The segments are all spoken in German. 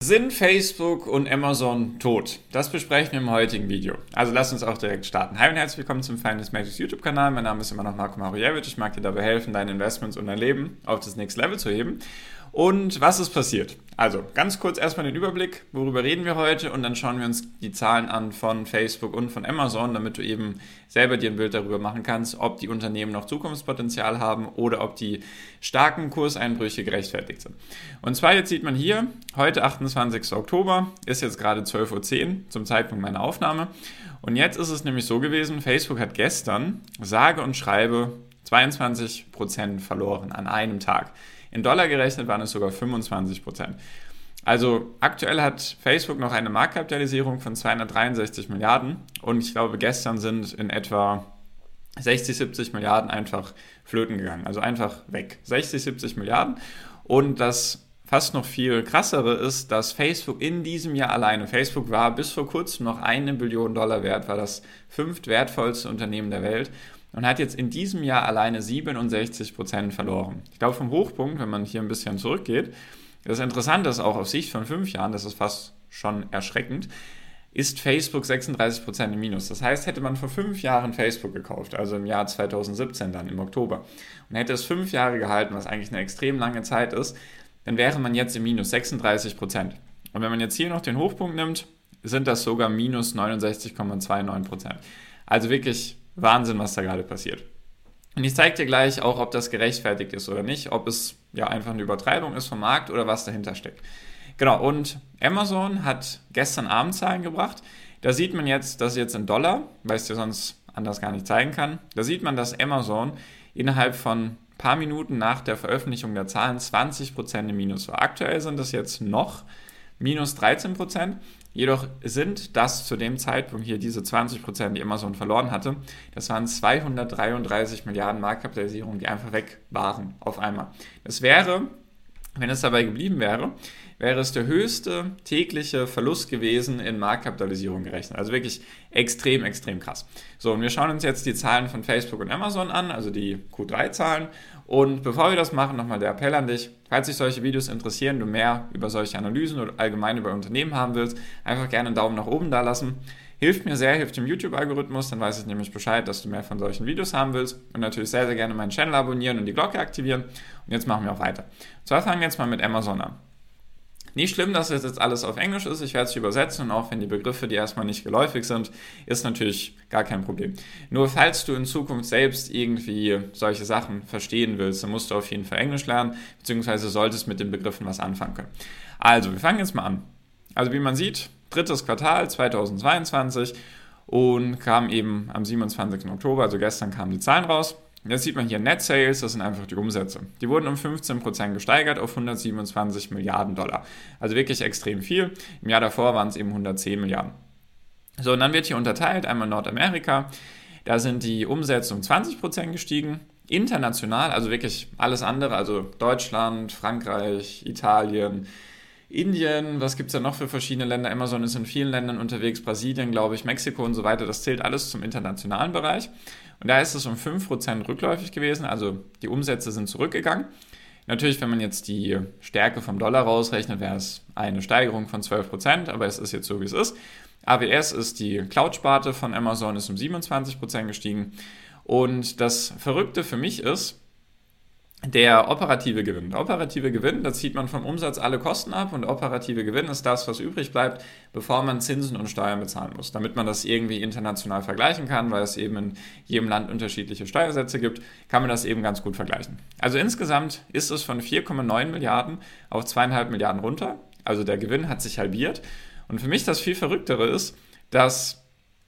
Sind Facebook und Amazon tot? Das besprechen wir im heutigen Video. Also lasst uns auch direkt starten. Hi und herzlich willkommen zum Finance Magics YouTube-Kanal. Mein Name ist immer noch Marco Marujewicz. Ich mag dir dabei helfen, deine Investments und dein Leben auf das nächste Level zu heben. Und was ist passiert? Also ganz kurz erstmal den Überblick, worüber reden wir heute, und dann schauen wir uns die Zahlen an von Facebook und von Amazon, damit du eben selber dir ein Bild darüber machen kannst, ob die Unternehmen noch Zukunftspotenzial haben oder ob die starken Kurseinbrüche gerechtfertigt sind. Und zwar jetzt sieht man hier, heute 28. Oktober, ist jetzt gerade 12:10 Uhr zum Zeitpunkt meiner Aufnahme. Und jetzt ist es nämlich so gewesen, Facebook hat gestern sage und schreibe 22% verloren an einem Tag. In Dollar gerechnet waren es sogar 25%. Also aktuell hat Facebook noch eine Marktkapitalisierung von 263 Milliarden und ich glaube, gestern sind in etwa 60, 70 Milliarden einfach flöten gegangen, also einfach weg. 60, 70 Milliarden. Und das fast noch viel krassere ist, dass Facebook in diesem Jahr alleine, Facebook war bis vor kurzem noch $1 Billion wert, war das fünftwertvollste Unternehmen der Welt. Und hat jetzt in diesem Jahr alleine 67% verloren. Ich glaube, vom Hochpunkt, wenn man hier ein bisschen zurückgeht, das Interessante ist auch aus Sicht von 5 Jahren, das ist fast schon erschreckend, ist Facebook 36% im Minus. Das heißt, hätte man vor 5 Jahren Facebook gekauft, also im Jahr 2017 dann, im Oktober, und hätte es 5 Jahre gehalten, was eigentlich eine extrem lange Zeit ist, dann wäre man jetzt im Minus 36%. Und wenn man jetzt hier noch den Hochpunkt nimmt, sind das sogar minus 69,29%. Also wirklich Wahnsinn, was da gerade passiert. Und ich zeige dir gleich auch, ob das gerechtfertigt ist oder nicht, ob es ja einfach eine Übertreibung ist vom Markt oder was dahinter steckt. Genau, und Amazon hat gestern Abend Zahlen gebracht. Da sieht man jetzt, das ist jetzt in Dollar, weil ich es dir sonst anders gar nicht zeigen kann. Da sieht man, dass Amazon innerhalb von ein paar Minuten nach der Veröffentlichung der Zahlen 20% im Minus war. Aktuell sind es jetzt noch minus 13%. Jedoch sind das zu dem Zeitpunkt hier diese 20%, die Amazon verloren hatte, das waren 233 Milliarden Marktkapitalisierung, die einfach weg waren auf einmal. Das wäre, wenn es dabei geblieben wäre, wäre es der höchste tägliche Verlust gewesen in Marktkapitalisierung gerechnet. Also wirklich extrem, extrem krass. So, und wir schauen uns jetzt die Zahlen von Facebook und Amazon an, also die Q3-Zahlen. Und bevor wir das machen, nochmal der Appell an dich, falls dich solche Videos interessieren, du mehr über solche Analysen oder allgemein über Unternehmen haben willst, einfach gerne einen Daumen nach oben da lassen. Hilft mir sehr, hilft dem YouTube-Algorithmus, dann weiß ich nämlich Bescheid, dass du mehr von solchen Videos haben willst. Und natürlich sehr, sehr gerne meinen Channel abonnieren und die Glocke aktivieren. Und jetzt machen wir auch weiter. Und zwar fangen wir jetzt mal mit Amazon an. Nicht schlimm, dass das jetzt alles auf Englisch ist, ich werde es übersetzen und auch wenn die Begriffe, die erstmal nicht geläufig sind, ist natürlich gar kein Problem. Nur falls du in Zukunft selbst irgendwie solche Sachen verstehen willst, dann musst du auf jeden Fall Englisch lernen, beziehungsweise solltest mit den Begriffen was anfangen können. Also, wir fangen jetzt mal an. Also wie man sieht, drittes Quartal 2022 und kam eben am 27. Oktober, also gestern kamen die Zahlen raus. Jetzt sieht man hier Net Sales, das sind einfach die Umsätze. Die wurden um 15% gesteigert auf 127 Milliarden Dollar. Also wirklich extrem viel. Im Jahr davor waren es eben 110 Milliarden. So, und dann wird hier unterteilt, einmal Nordamerika, da sind die Umsätze um 20% gestiegen. International, also wirklich alles andere, also Deutschland, Frankreich, Italien, Indien, was gibt es da noch für verschiedene Länder? Amazon ist in vielen Ländern unterwegs, Brasilien, glaube ich, Mexiko und so weiter. Das zählt alles zum internationalen Bereich. Und da ist es um 5% rückläufig gewesen, also die Umsätze sind zurückgegangen. Natürlich, wenn man jetzt die Stärke vom Dollar rausrechnet, wäre es eine Steigerung von 12%, aber es ist jetzt so, wie es ist. AWS ist die Cloud-Sparte von Amazon, ist um 27% gestiegen. Und das Verrückte für mich ist, der operative Gewinn. Der operative Gewinn, das zieht man vom Umsatz alle Kosten ab und der operative Gewinn ist das, was übrig bleibt, bevor man Zinsen und Steuern bezahlen muss. Damit man das irgendwie international vergleichen kann, weil es eben in jedem Land unterschiedliche Steuersätze gibt, kann man das eben ganz gut vergleichen. Also insgesamt ist es von 4,9 Milliarden auf 2,5 Milliarden runter. Also der Gewinn hat sich halbiert. Und für mich das viel Verrücktere ist, dass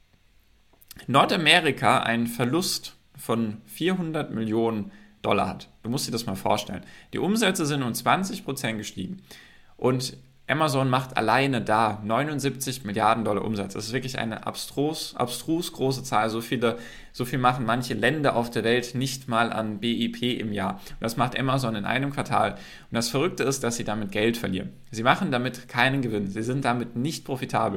Nordamerika einen Verlust von 400 Millionen Dollar hat. Du musst dir das mal vorstellen. Die Umsätze sind um 20% gestiegen und Amazon macht alleine da 79 Milliarden Dollar Umsatz. Das ist wirklich eine abstrus große Zahl. So viel machen manche Länder auf der Welt nicht mal an BIP im Jahr. Und das macht Amazon in einem Quartal. Und das Verrückte ist, dass sie damit Geld verlieren. Sie machen damit keinen Gewinn. Sie sind damit nicht profitabel.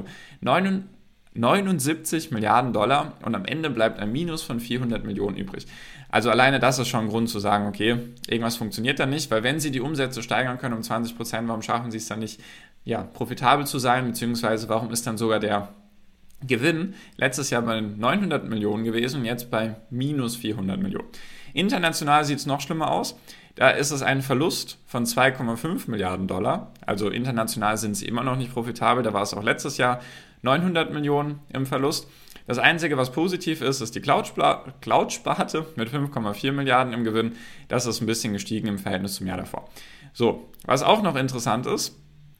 79 Milliarden Dollar und am Ende bleibt ein Minus von 400 Millionen übrig. Also alleine das ist schon ein Grund zu sagen, okay, irgendwas funktioniert da nicht, weil wenn sie die Umsätze steigern können um 20%, warum schaffen sie es dann nicht, profitabel zu sein, beziehungsweise warum ist dann sogar der Gewinn letztes Jahr bei 900 Millionen gewesen und jetzt bei minus 400 Millionen. International sieht es noch schlimmer aus. Da ist es ein Verlust von 2,5 Milliarden Dollar. Also international sind sie immer noch nicht profitabel. Da war es auch letztes Jahr 900 Millionen im Verlust. Das Einzige, was positiv ist, ist die Cloud-Sparte mit 5,4 Milliarden im Gewinn. Das ist ein bisschen gestiegen im Verhältnis zum Jahr davor. So, was auch noch interessant ist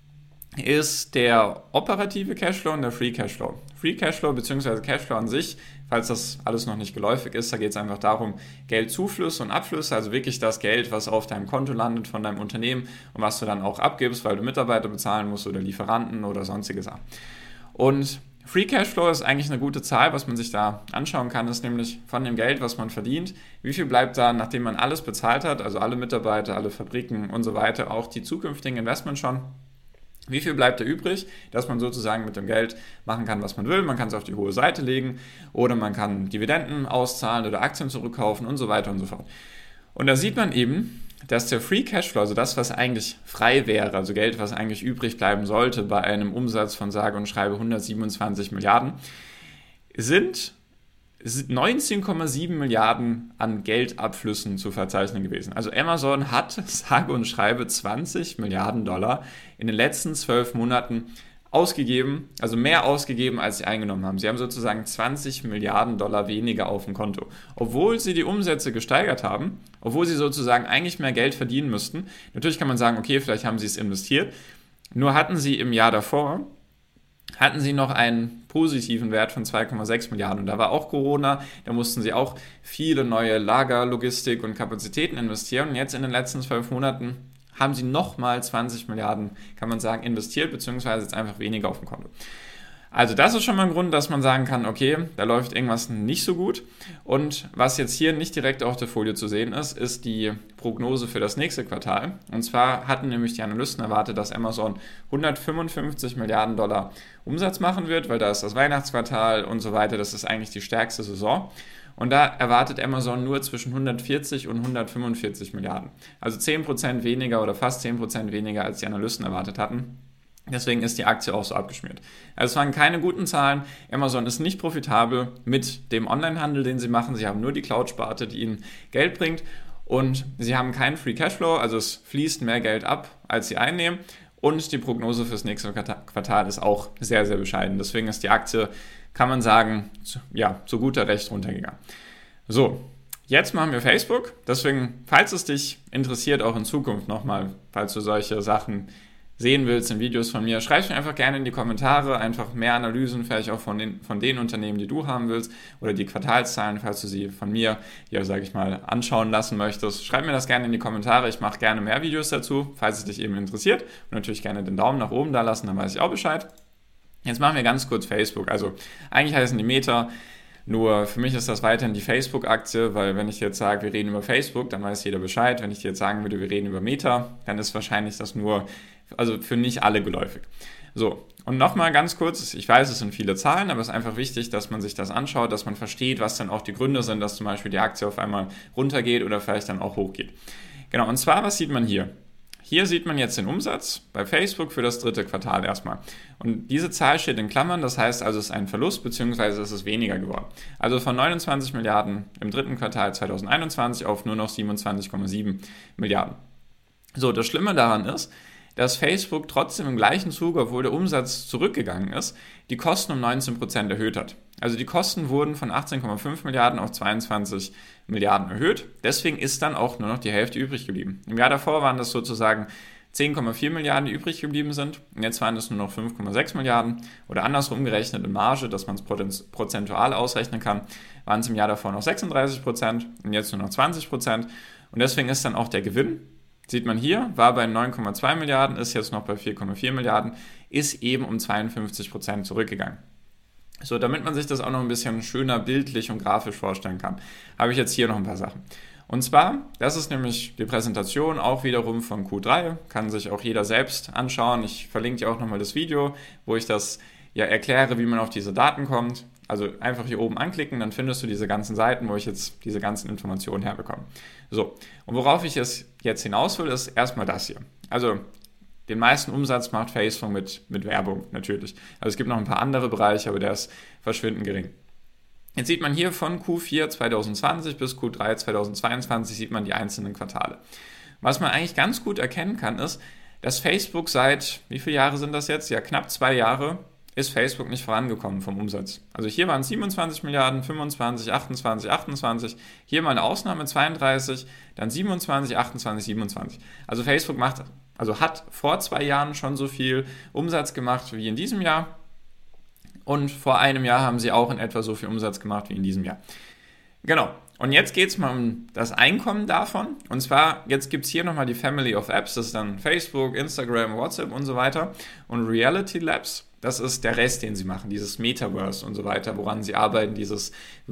der operative Cashflow und der Free Cashflow. Free Cashflow bzw. Cashflow an sich, falls das alles noch nicht geläufig ist, da geht es einfach darum, Geldzuflüsse und Abflüsse, also wirklich das Geld, was auf deinem Konto landet von deinem Unternehmen und was du dann auch abgibst, weil du Mitarbeiter bezahlen musst oder Lieferanten oder sonstige Sachen. Und Free Cashflow ist eigentlich eine gute Zahl, was man sich da anschauen kann, ist nämlich von dem Geld, was man verdient, wie viel bleibt da, nachdem man alles bezahlt hat, also alle Mitarbeiter, alle Fabriken und so weiter, auch die zukünftigen Investments schon. Wie viel bleibt da übrig, dass man sozusagen mit dem Geld machen kann, was man will. Man kann es auf die hohe Seite legen oder man kann Dividenden auszahlen oder Aktien zurückkaufen und so weiter und so fort. Und da sieht man eben, dass der Free Cashflow, also das, was eigentlich frei wäre, also Geld, was eigentlich übrig bleiben sollte bei einem Umsatz von sage und schreibe 127 Milliarden, sind 19,7 Milliarden an Geldabflüssen zu verzeichnen gewesen. Also Amazon hat, sage und schreibe, 20 Milliarden Dollar in den letzten 12 Monaten ausgegeben, also mehr ausgegeben, als sie eingenommen haben. Sie haben sozusagen 20 Milliarden Dollar weniger auf dem Konto. Obwohl sie die Umsätze gesteigert haben, obwohl sie sozusagen eigentlich mehr Geld verdienen müssten. Natürlich kann man sagen, okay, vielleicht haben sie es investiert. Nur hatten sie im Jahr davor noch einen positiven Wert von 2,6 Milliarden. Und da war auch Corona, da mussten sie auch viele neue Lager, Logistik und Kapazitäten investieren. Und jetzt in den letzten 12 Monaten haben sie nochmal 20 Milliarden, kann man sagen, investiert, beziehungsweise jetzt einfach weniger auf dem Konto. Also das ist schon mal ein Grund, dass man sagen kann, okay, da läuft irgendwas nicht so gut. Und was jetzt hier nicht direkt auf der Folie zu sehen ist, ist die Prognose für das nächste Quartal. Und zwar hatten nämlich die Analysten erwartet, dass Amazon 155 Milliarden Dollar Umsatz machen wird, weil da ist das Weihnachtsquartal und so weiter. Das ist eigentlich die stärkste Saison. Und da erwartet Amazon nur zwischen 140 und 145 Milliarden. Also 10% weniger oder fast 10% weniger, als die Analysten erwartet hatten. Deswegen ist die Aktie auch so abgeschmiert. Also es waren keine guten Zahlen. Amazon ist nicht profitabel mit dem Onlinehandel, den sie machen. Sie haben nur die Cloud-Sparte, die ihnen Geld bringt. Und sie haben keinen Free Cashflow, also es fließt mehr Geld ab, als sie einnehmen. Und die Prognose fürs nächste Quartal ist auch sehr, sehr bescheiden. Deswegen ist die Aktie, kann man sagen, zu guter Recht runtergegangen. So, jetzt machen wir Facebook. Deswegen, falls es dich interessiert, auch in Zukunft nochmal, falls du solche Sachen sehen willst in Videos von mir, schreib mir einfach gerne in die Kommentare, einfach mehr Analysen, vielleicht auch von den Unternehmen, die du haben willst, oder die Quartalszahlen, falls du sie von mir, anschauen lassen möchtest. Schreib mir das gerne in die Kommentare, ich mache gerne mehr Videos dazu, falls es dich eben interessiert. Und natürlich gerne den Daumen nach oben da lassen, dann weiß ich auch Bescheid. Jetzt machen wir ganz kurz Facebook. Also eigentlich heißen die Meta, nur für mich ist das weiterhin die Facebook-Aktie, weil wenn ich jetzt sage, wir reden über Facebook, dann weiß jeder Bescheid. Wenn ich dir jetzt sagen würde, wir reden über Meta, dann ist wahrscheinlich das nur, also für nicht alle geläufig. So, und nochmal ganz kurz, ich weiß, es sind viele Zahlen, aber es ist einfach wichtig, dass man sich das anschaut, dass man versteht, was dann auch die Gründe sind, dass zum Beispiel die Aktie auf einmal runtergeht oder vielleicht dann auch hochgeht. Genau, und zwar, was sieht man hier? Hier sieht man jetzt den Umsatz bei Facebook für das dritte Quartal erstmal. Und diese Zahl steht in Klammern, das heißt also, es ist ein Verlust, beziehungsweise es ist weniger geworden. Also von 29 Milliarden im dritten Quartal 2021 auf nur noch 27,7 Milliarden. So, das Schlimme daran ist, dass Facebook trotzdem im gleichen Zug, obwohl der Umsatz zurückgegangen ist, die Kosten um 19% erhöht hat. Also die Kosten wurden von 18,5 Milliarden auf 22 Milliarden erhöht. Deswegen ist dann auch nur noch die Hälfte übrig geblieben. Im Jahr davor waren das sozusagen 10,4 Milliarden, die übrig geblieben sind. Und jetzt waren es nur noch 5,6 Milliarden. Oder andersrum gerechnet in Marge, dass man es prozentual ausrechnen kann, waren es im Jahr davor noch 36% und jetzt nur noch 20%. Und deswegen ist dann auch der Gewinn, sieht man hier, war bei 9,2 Milliarden, ist jetzt noch bei 4,4 Milliarden, ist eben um 52% zurückgegangen. So, damit man sich das auch noch ein bisschen schöner bildlich und grafisch vorstellen kann, habe ich jetzt hier noch ein paar Sachen. Und zwar, das ist nämlich die Präsentation auch wiederum von Q3, kann sich auch jeder selbst anschauen. Ich verlinke dir auch nochmal das Video, wo ich das erkläre, wie man auf diese Daten kommt. Also einfach hier oben anklicken, dann findest du diese ganzen Seiten, wo ich jetzt diese ganzen Informationen herbekomme. So, und worauf ich jetzt hinaus will, ist erstmal das hier. Also den meisten Umsatz macht Facebook mit Werbung natürlich. Also es gibt noch ein paar andere Bereiche, aber der ist verschwindend gering. Jetzt sieht man hier von Q4 2020 bis Q3 2022 sieht man die einzelnen Quartale. Was man eigentlich ganz gut erkennen kann, ist, dass Facebook seit, wie viele Jahre sind das jetzt? Ja, knapp 2 Jahre ist Facebook nicht vorangekommen vom Umsatz. Also hier waren es 27 Milliarden, 25, 28, 28, hier mal eine Ausnahme 32, dann 27, 28, 27. Also Facebook hat vor 2 Jahren schon so viel Umsatz gemacht wie in diesem Jahr und vor einem Jahr haben sie auch in etwa so viel Umsatz gemacht wie in diesem Jahr. Genau. Und jetzt geht es mal um das Einkommen davon. Und zwar, jetzt gibt es hier nochmal die Family of Apps. Das ist dann Facebook, Instagram, WhatsApp und so weiter. Und Reality Labs, das ist der Rest, den sie machen. Dieses Metaverse und so weiter, woran sie arbeiten. Dieses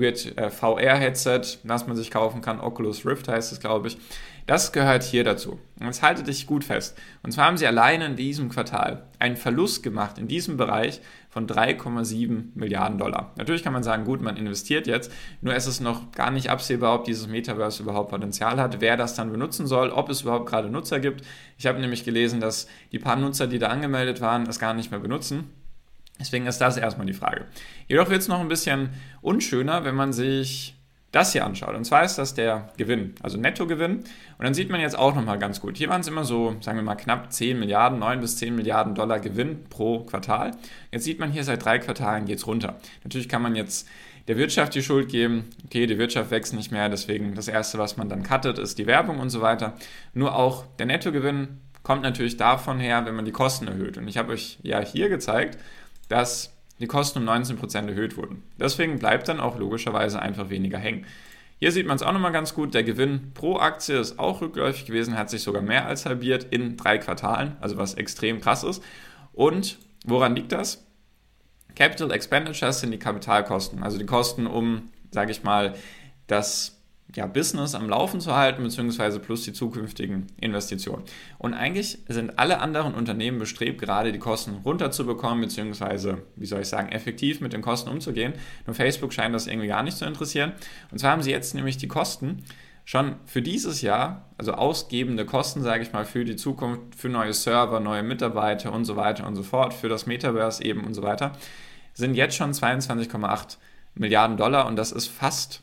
VR-Headset, das man sich kaufen kann. Oculus Rift heißt es, glaube ich. Das gehört hier dazu. Und jetzt haltet dich gut fest. Und zwar haben sie alleine in diesem Quartal einen Verlust gemacht in diesem Bereich von 3,7 Milliarden Dollar. Natürlich kann man sagen, gut, man investiert jetzt, nur es ist noch gar nicht absehbar, ob dieses Metaverse überhaupt Potenzial hat, wer das dann benutzen soll, ob es überhaupt gerade Nutzer gibt. Ich habe nämlich gelesen, dass die paar Nutzer, die da angemeldet waren, es gar nicht mehr benutzen. Deswegen ist das erstmal die Frage. Jedoch wird es noch ein bisschen unschöner, wenn man sich das hier anschaut. Und zwar ist das der Gewinn, also Nettogewinn. Und dann sieht man jetzt auch nochmal ganz gut. Hier waren es immer so, sagen wir mal, knapp 10 Milliarden, 9 bis 10 Milliarden Dollar Gewinn pro Quartal. Jetzt sieht man hier, seit 3 Quartalen geht es runter. Natürlich kann man jetzt der Wirtschaft die Schuld geben. Okay, die Wirtschaft wächst nicht mehr, deswegen das Erste, was man dann cuttet, ist die Werbung und so weiter. Nur auch der Nettogewinn kommt natürlich davon her, wenn man die Kosten erhöht. Und ich habe euch ja hier gezeigt, dass die Kosten um 19% erhöht wurden. Deswegen bleibt dann auch logischerweise einfach weniger hängen. Hier sieht man es auch nochmal ganz gut, der Gewinn pro Aktie ist auch rückläufig gewesen, hat sich sogar mehr als halbiert in 3 Quartalen, also was extrem krass ist. Und woran liegt das? Capital Expenditures sind die Kapitalkosten, also die Kosten, um, sage ich mal, das Business am Laufen zu halten, beziehungsweise plus die zukünftigen Investitionen. Und eigentlich sind alle anderen Unternehmen bestrebt, gerade die Kosten runterzubekommen, beziehungsweise, effektiv mit den Kosten umzugehen. Nur Facebook scheint das irgendwie gar nicht zu interessieren. Und zwar haben sie jetzt nämlich die Kosten schon für dieses Jahr, also ausgebende Kosten, sage ich mal, für die Zukunft, für neue Server, neue Mitarbeiter und so weiter und so fort, für das Metaverse eben und so weiter, sind jetzt schon 22,8 Milliarden Dollar und das ist fast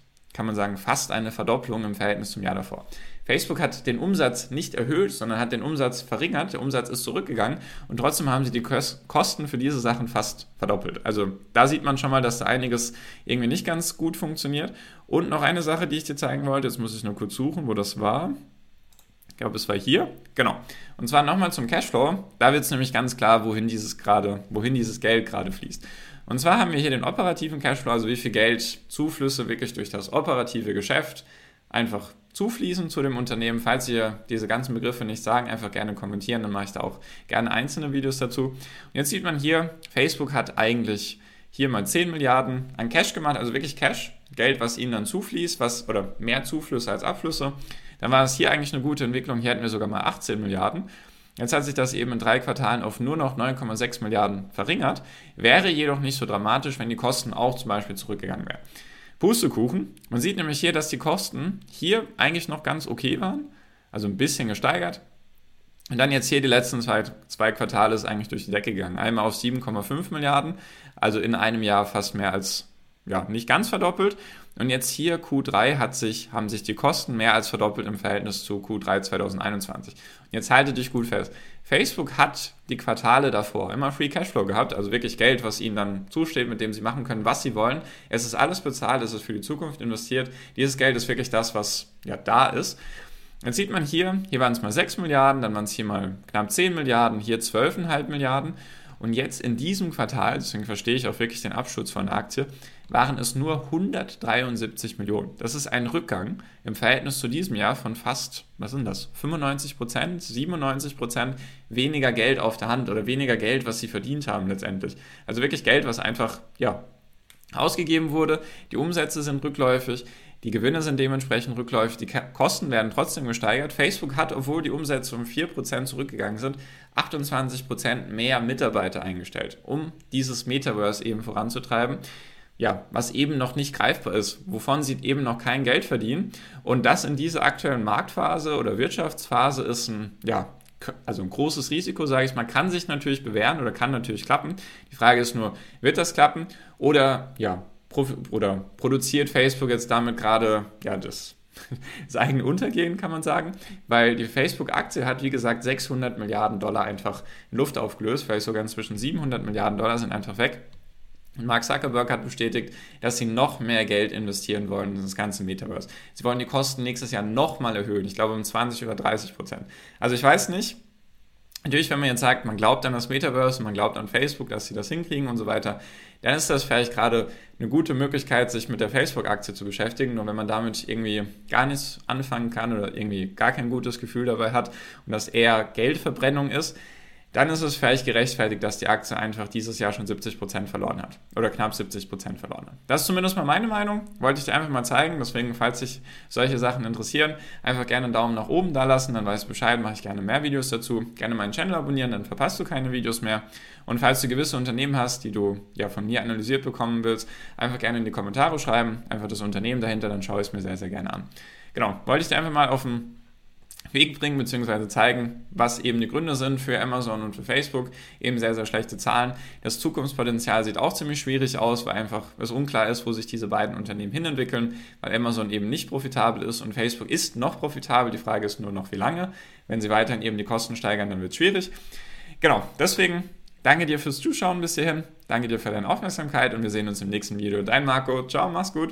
eine Verdopplung im Verhältnis zum Jahr davor. Facebook hat den Umsatz nicht erhöht, sondern hat den Umsatz verringert. Der Umsatz ist zurückgegangen und trotzdem haben sie die Kosten für diese Sachen fast verdoppelt. Also da sieht man schon mal, dass da einiges irgendwie nicht ganz gut funktioniert. Und noch eine Sache, die ich dir zeigen wollte, jetzt muss ich nur kurz suchen, wo das war. Ich glaube, es war hier. Genau. Und zwar nochmal zum Cashflow. Da wird es nämlich ganz klar, wohin dieses Geld gerade fließt. Und zwar haben wir hier den operativen Cashflow, also wie viel Geldzuflüsse wirklich durch das operative Geschäft einfach zufließen zu dem Unternehmen. Falls ihr diese ganzen Begriffe nicht sagen, einfach gerne kommentieren, dann mache ich da auch gerne einzelne Videos dazu. Und jetzt sieht man hier, Facebook hat eigentlich hier mal 10 Milliarden an Cash gemacht, also wirklich Cash, Geld, was ihnen dann zufließt, oder mehr Zuflüsse als Abflüsse. Dann war es hier eigentlich eine gute Entwicklung, hier hatten wir sogar mal 18 Milliarden. Jetzt hat sich das eben in 3 Quartalen auf nur noch 9,6 Milliarden verringert, wäre jedoch nicht so dramatisch, wenn die Kosten auch zum Beispiel zurückgegangen wären. Pustekuchen, man sieht nämlich hier, dass die Kosten hier eigentlich noch ganz okay waren, also ein bisschen gesteigert. Und dann jetzt hier die letzten zwei Quartale ist eigentlich durch die Decke gegangen. Einmal auf 7,5 Milliarden, also in einem Jahr fast mehr als, nicht ganz verdoppelt. Und jetzt hier Q3 haben sich die Kosten mehr als verdoppelt im Verhältnis zu Q3 2021. Und jetzt halte dich gut fest. Facebook hat die Quartale davor immer Free Cashflow gehabt, also wirklich Geld, was ihnen dann zusteht, mit dem sie machen können, was sie wollen. Es ist alles bezahlt, es ist für die Zukunft investiert. Dieses Geld ist wirklich das, was da ist. Jetzt sieht man hier waren es mal 6 Milliarden, dann waren es hier mal knapp 10 Milliarden, hier 12,5 Milliarden. Und jetzt in diesem Quartal, deswegen verstehe ich auch wirklich den Absturz von der Aktie, waren es nur 173 Millionen. Das ist ein Rückgang im Verhältnis zu diesem Jahr von fast, 95%, 97% weniger Geld auf der Hand oder weniger Geld, was sie verdient haben letztendlich. Also wirklich Geld, was einfach, ausgegeben wurde. Die Umsätze sind rückläufig, die Gewinne sind dementsprechend rückläufig, die Kosten werden trotzdem gesteigert. Facebook hat, obwohl die Umsätze um 4% zurückgegangen sind, 28% mehr Mitarbeiter eingestellt, um dieses Metaverse eben voranzutreiben. Was eben noch nicht greifbar ist, wovon sie eben noch kein Geld verdienen. Und das in dieser aktuellen Marktphase oder Wirtschaftsphase ist ein also ein großes Risiko, sage ich mal, kann sich natürlich bewähren oder kann natürlich klappen. Die Frage ist nur, wird das klappen oder produziert Facebook jetzt damit gerade das eigene Untergehen, kann man sagen, weil die Facebook-Aktie hat, wie gesagt, 600 Milliarden Dollar einfach in Luft aufgelöst, vielleicht sogar inzwischen 700 Milliarden Dollar sind einfach weg. Und Mark Zuckerberg hat bestätigt, dass sie noch mehr Geld investieren wollen in das ganze Metaverse. Sie wollen die Kosten nächstes Jahr nochmal erhöhen, ich glaube um 20 oder 30%. Also ich weiß nicht, natürlich, wenn man jetzt sagt, man glaubt an das Metaverse und man glaubt an Facebook, dass sie das hinkriegen und so weiter, dann ist das vielleicht gerade eine gute Möglichkeit, sich mit der Facebook-Aktie zu beschäftigen. Und wenn man damit irgendwie gar nichts anfangen kann oder irgendwie gar kein gutes Gefühl dabei hat und das eher Geldverbrennung ist, dann ist es vielleicht gerechtfertigt, dass die Aktie einfach dieses Jahr schon 70% verloren hat. Oder knapp 70% verloren hat. Das ist zumindest mal meine Meinung. Wollte ich dir einfach mal zeigen. Deswegen, falls dich solche Sachen interessieren, einfach gerne einen Daumen nach oben da lassen. Dann weißt du Bescheid, mache ich gerne mehr Videos dazu. Gerne meinen Channel abonnieren, dann verpasst du keine Videos mehr. Und falls du gewisse Unternehmen hast, die du von mir analysiert bekommen willst, einfach gerne in die Kommentare schreiben. Einfach das Unternehmen dahinter, dann schaue ich es mir sehr, sehr gerne an. Genau, wollte ich dir einfach mal auf den Weg bringen, beziehungsweise zeigen, was eben die Gründe sind für Amazon und für Facebook, eben sehr, sehr schlechte Zahlen. Das Zukunftspotenzial sieht auch ziemlich schwierig aus, weil einfach es unklar ist, wo sich diese beiden Unternehmen hinentwickeln, weil Amazon eben nicht profitabel ist und Facebook ist noch profitabel. Die Frage ist nur noch, wie lange. Wenn sie weiterhin eben die Kosten steigern, dann wird es schwierig. Genau, deswegen danke dir fürs Zuschauen bis hierhin, danke dir für deine Aufmerksamkeit und wir sehen uns im nächsten Video. Dein Marco, ciao, mach's gut.